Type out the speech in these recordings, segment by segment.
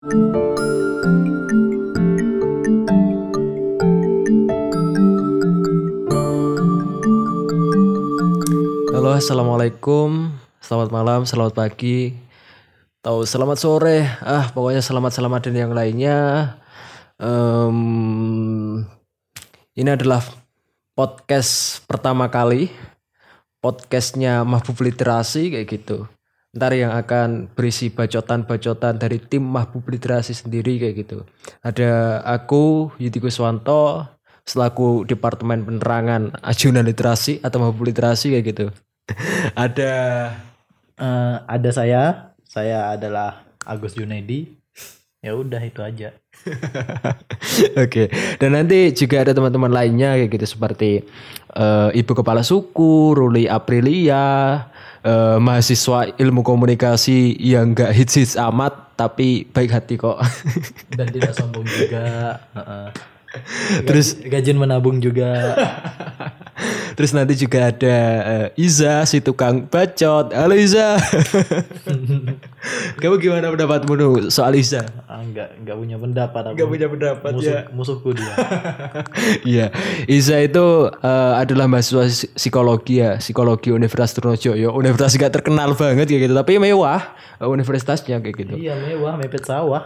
Halo, assalamualaikum. Selamat malam, selamat pagi, atau selamat sore. Pokoknya selamat dan yang lainnya. Ini adalah podcast pertama kali, podcastnya Mahbub Literasi kayak gitu. Ntar yang akan berisi bacotan-bacotan dari tim Mahbub Literasi sendiri kayak gitu. Ada aku, Yudi Kuswanto, selaku Departemen Penerangan Ajunan Literasi atau Mahbub Literasi kayak gitu. Ada saya adalah Agus Junaidi. Ya udah itu aja. Oke. Dan nanti juga ada teman-teman lainnya kayak gitu seperti Ibu Kepala Suku, Ruli Aprilia, mahasiswa ilmu komunikasi yang gak hits amat tapi baik hati kok. Dan tidak sombong juga. Terus Gajin menabung juga. Terus nanti juga ada Iza si tukang bacot. Halo Iza. Kamu gimana pendapatmu soal Iza? Enggak punya pendapat. Enggak punya pendapat ya. Musuhku dia. Iya, Iza itu adalah mahasiswa psikologi ya, psikologi Universitas Trunojoyo. Universitas gak terkenal banget kayak gitu, tapi mewah universitasnya kayak gitu. Iya mewah, mepet sawah.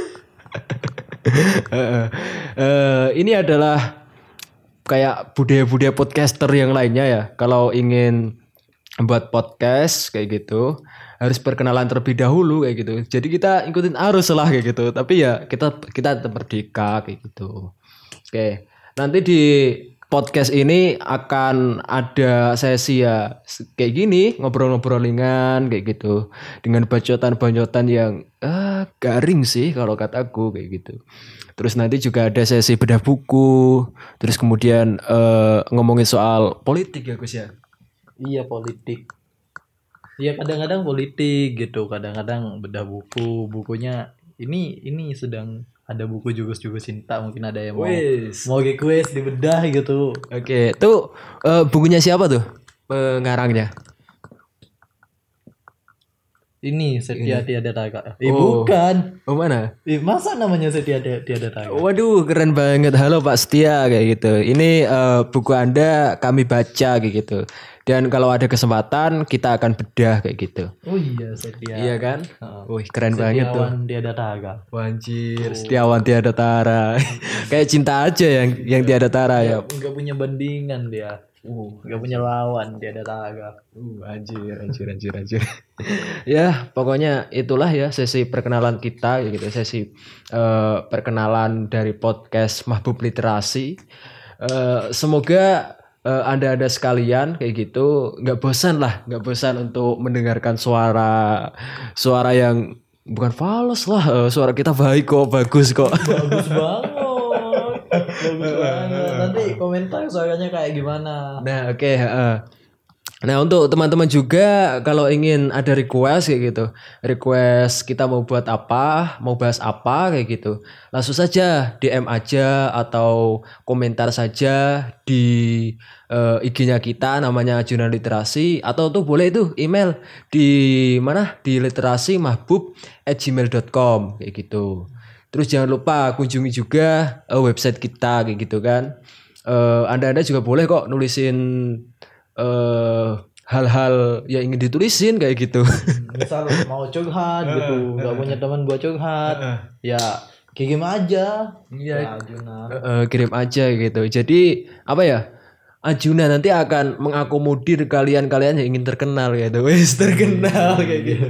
Ini adalah kayak budaya-budaya podcaster yang lainnya ya. Kalau ingin buat podcast kayak gitu harus perkenalan terlebih dahulu kayak gitu. Jadi kita ikutin arus lah kayak gitu. Tapi ya kita tetap merdeka kayak gitu. Oke. Nanti di podcast ini akan ada sesi ya kayak gini, ngobrol-ngobrol ringan kayak gitu dengan bacotan-bacotan yang garing sih kalau kataku kayak gitu. Terus nanti juga ada sesi bedah buku, terus kemudian ngomongin soal politik ya Gus ya. Iya politik. Iya kadang-kadang politik gitu, kadang-kadang bedah bukunya ini sedang ada buku Jugus Cinta, mungkin ada yang mau request dibedah gitu. Oke, tuh bukunya siapa tuh pengarangnya? Ini Setia Tiada Tara. Bukan. Oh mana? Masa namanya Setia Tiada Tara? Waduh, keren banget. Halo Pak Setia kayak gitu. Ini buku Anda kami baca kayak gitu. Dan kalau ada kesempatan kita akan bedah kayak gitu. Oh iya Setia. Iya kan? Wih, keren banget tuh. Setiawan Tiada Tara. Wanjir, Setiawan Tiada Tara. Kayak cinta aja yang tiada tara ya. Enggak punya bandingan dia. Enggak punya lawan Tiada Tara. Anjir. Ya, pokoknya itulah ya sesi perkenalan kita gitu, sesi perkenalan dari podcast Mahbub Literasi. Semoga Anda sekalian kayak gitu nggak bosan untuk mendengarkan suara yang bukan fals lah, suara kita baik kok, bagus kok. Bagus banget. Nanti komentar suaranya kayak gimana. Nah, oke. Nah, untuk teman-teman juga kalau ingin ada request kayak gitu, request kita mau buat apa, mau bahas apa kayak gitu, langsung saja DM aja atau komentar saja di IG-nya kita namanya Ajunan Literasi, atau tuh boleh itu email di mana, di literasi.mahbub@gmail.com kayak gitu. Terus jangan lupa kunjungi juga website kita kayak gitu kan. Anda juga boleh kok nulisin hal-hal yang ingin ditulisin kayak gitu. Misal mau curhat gitu, nggak punya teman buat curhat, ya kirim aja. Iya. Kirim aja gitu. Jadi apa ya? Ajuna nanti akan mengakomodir kalian yang ingin terkenal gitu. Wis terkenal kayak gitu.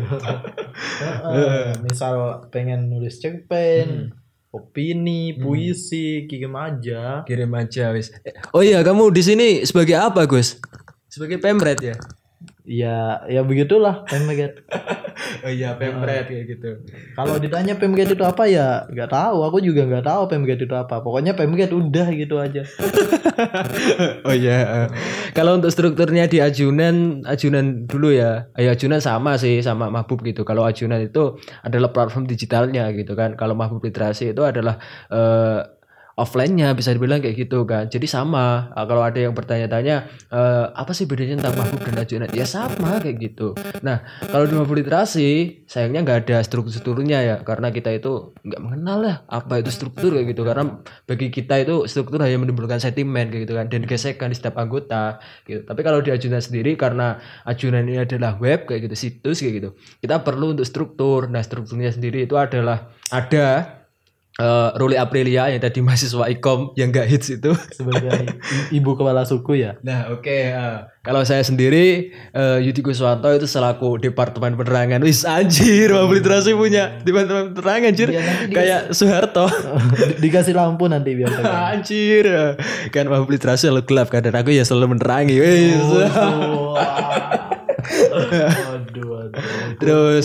Misal pengen nulis cerpen, opini, puisi, kirim aja wis. Oh iya, kamu di sini sebagai apa, Gus? Sebagai pemret ya? Ya begitulah pemret. Oh iya, pemret kayak gitu. Kalau ditanya pemret itu apa ya nggak tahu, aku juga nggak tahu pemret itu apa. Pokoknya pemret udah gitu aja. Oh iya. Kalau untuk strukturnya di Ajunan dulu ya. Ajunan sama sih sama Mahbub gitu. Kalau Ajunan itu adalah platform digitalnya gitu kan. Kalau Mahbub Literasi itu adalah offline-nya, bisa dibilang kayak gitu kan. Jadi sama. Kalau ada yang bertanya-tanya apa sih bedanya tentang mahbub dan ajunan, ya sama kayak gitu. Nah kalau di mahbub literasi sayangnya nggak ada strukturnya ya, karena kita itu nggak mengenal lah apa itu struktur kayak gitu. Karena bagi kita itu struktur hanya menimbulkan sentimen kayak gitu kan, dan gesekan di setiap anggota gitu. Tapi kalau di ajunan sendiri, karena ajunan ini adalah web kayak gitu, situs kayak gitu, kita perlu untuk struktur. Nah strukturnya sendiri itu adalah ada Ruli Aprilia yang tadi mahasiswa ikom yang gak hits itu sebagai ibu kepala suku ya. Nah oke, kalau saya sendiri Yudi Kuswanto itu selaku Departemen Penerangan. Wis anjir, mahbub literasi punya Departemen Penerangan anjir, kayak Soeharto. Dikasih lampu nanti biar terang. Anjir, kan mahbub literasi selalu gelap kan, dan aku ya selalu menerangi. Aduh. Terus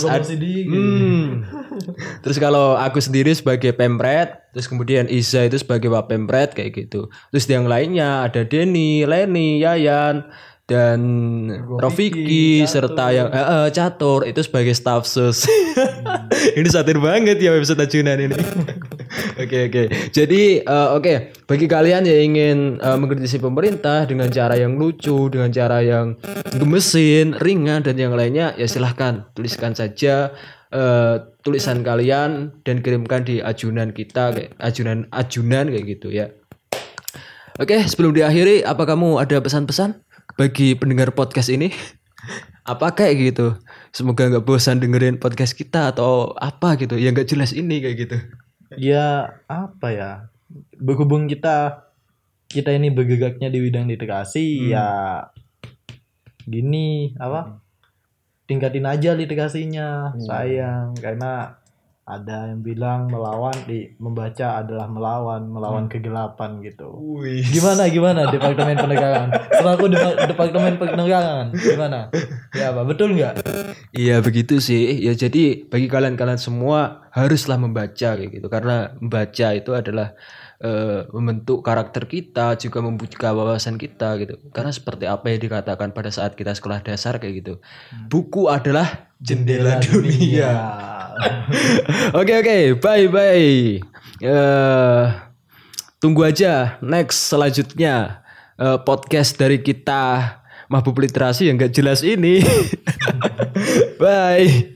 terus kalau aku sendiri sebagai Pemret, terus kemudian Iza itu sebagai Wapemret kayak gitu. Terus yang lainnya ada Denny, Leni, Yayan, dan Rofiki, serta yang Catur itu sebagai staff sus. Ini satir banget ya website ajunan ini. Oke. Jadi bagi kalian yang ingin mengkritisi pemerintah dengan cara yang lucu, dengan cara yang gemesin, ringan dan yang lainnya, ya silahkan tuliskan saja tulisan kalian dan kirimkan di ajunan kita, kayak ajunan kayak gitu ya. Oke, sebelum diakhiri, apa kamu ada pesan-pesan bagi pendengar podcast ini? Apa kayak gitu? Semoga nggak bosan dengerin podcast kita atau apa gitu yang nggak jelas ini kayak gitu. Ya apa ya, berhubung kita ini bergeraknya di bidang literasi, ya gini apa, tingkatin aja literasinya. Sayang karena ada yang bilang membaca adalah melawan kegelapan gitu. Gimana Departemen Penerangan? Selaku Departemen Penerangan gimana? Ya apa, betul nggak? Iya begitu sih. Ya jadi bagi kalian semua haruslah membaca kayak gitu, karena membaca itu adalah membentuk karakter kita, juga membuka wawasan kita gitu. Karena seperti apa yang dikatakan pada saat kita sekolah dasar kayak gitu, buku adalah jendela dunia. Oke, bye. Tunggu aja next selanjutnya podcast dari kita mahbub literasi yang gak jelas ini. Bye.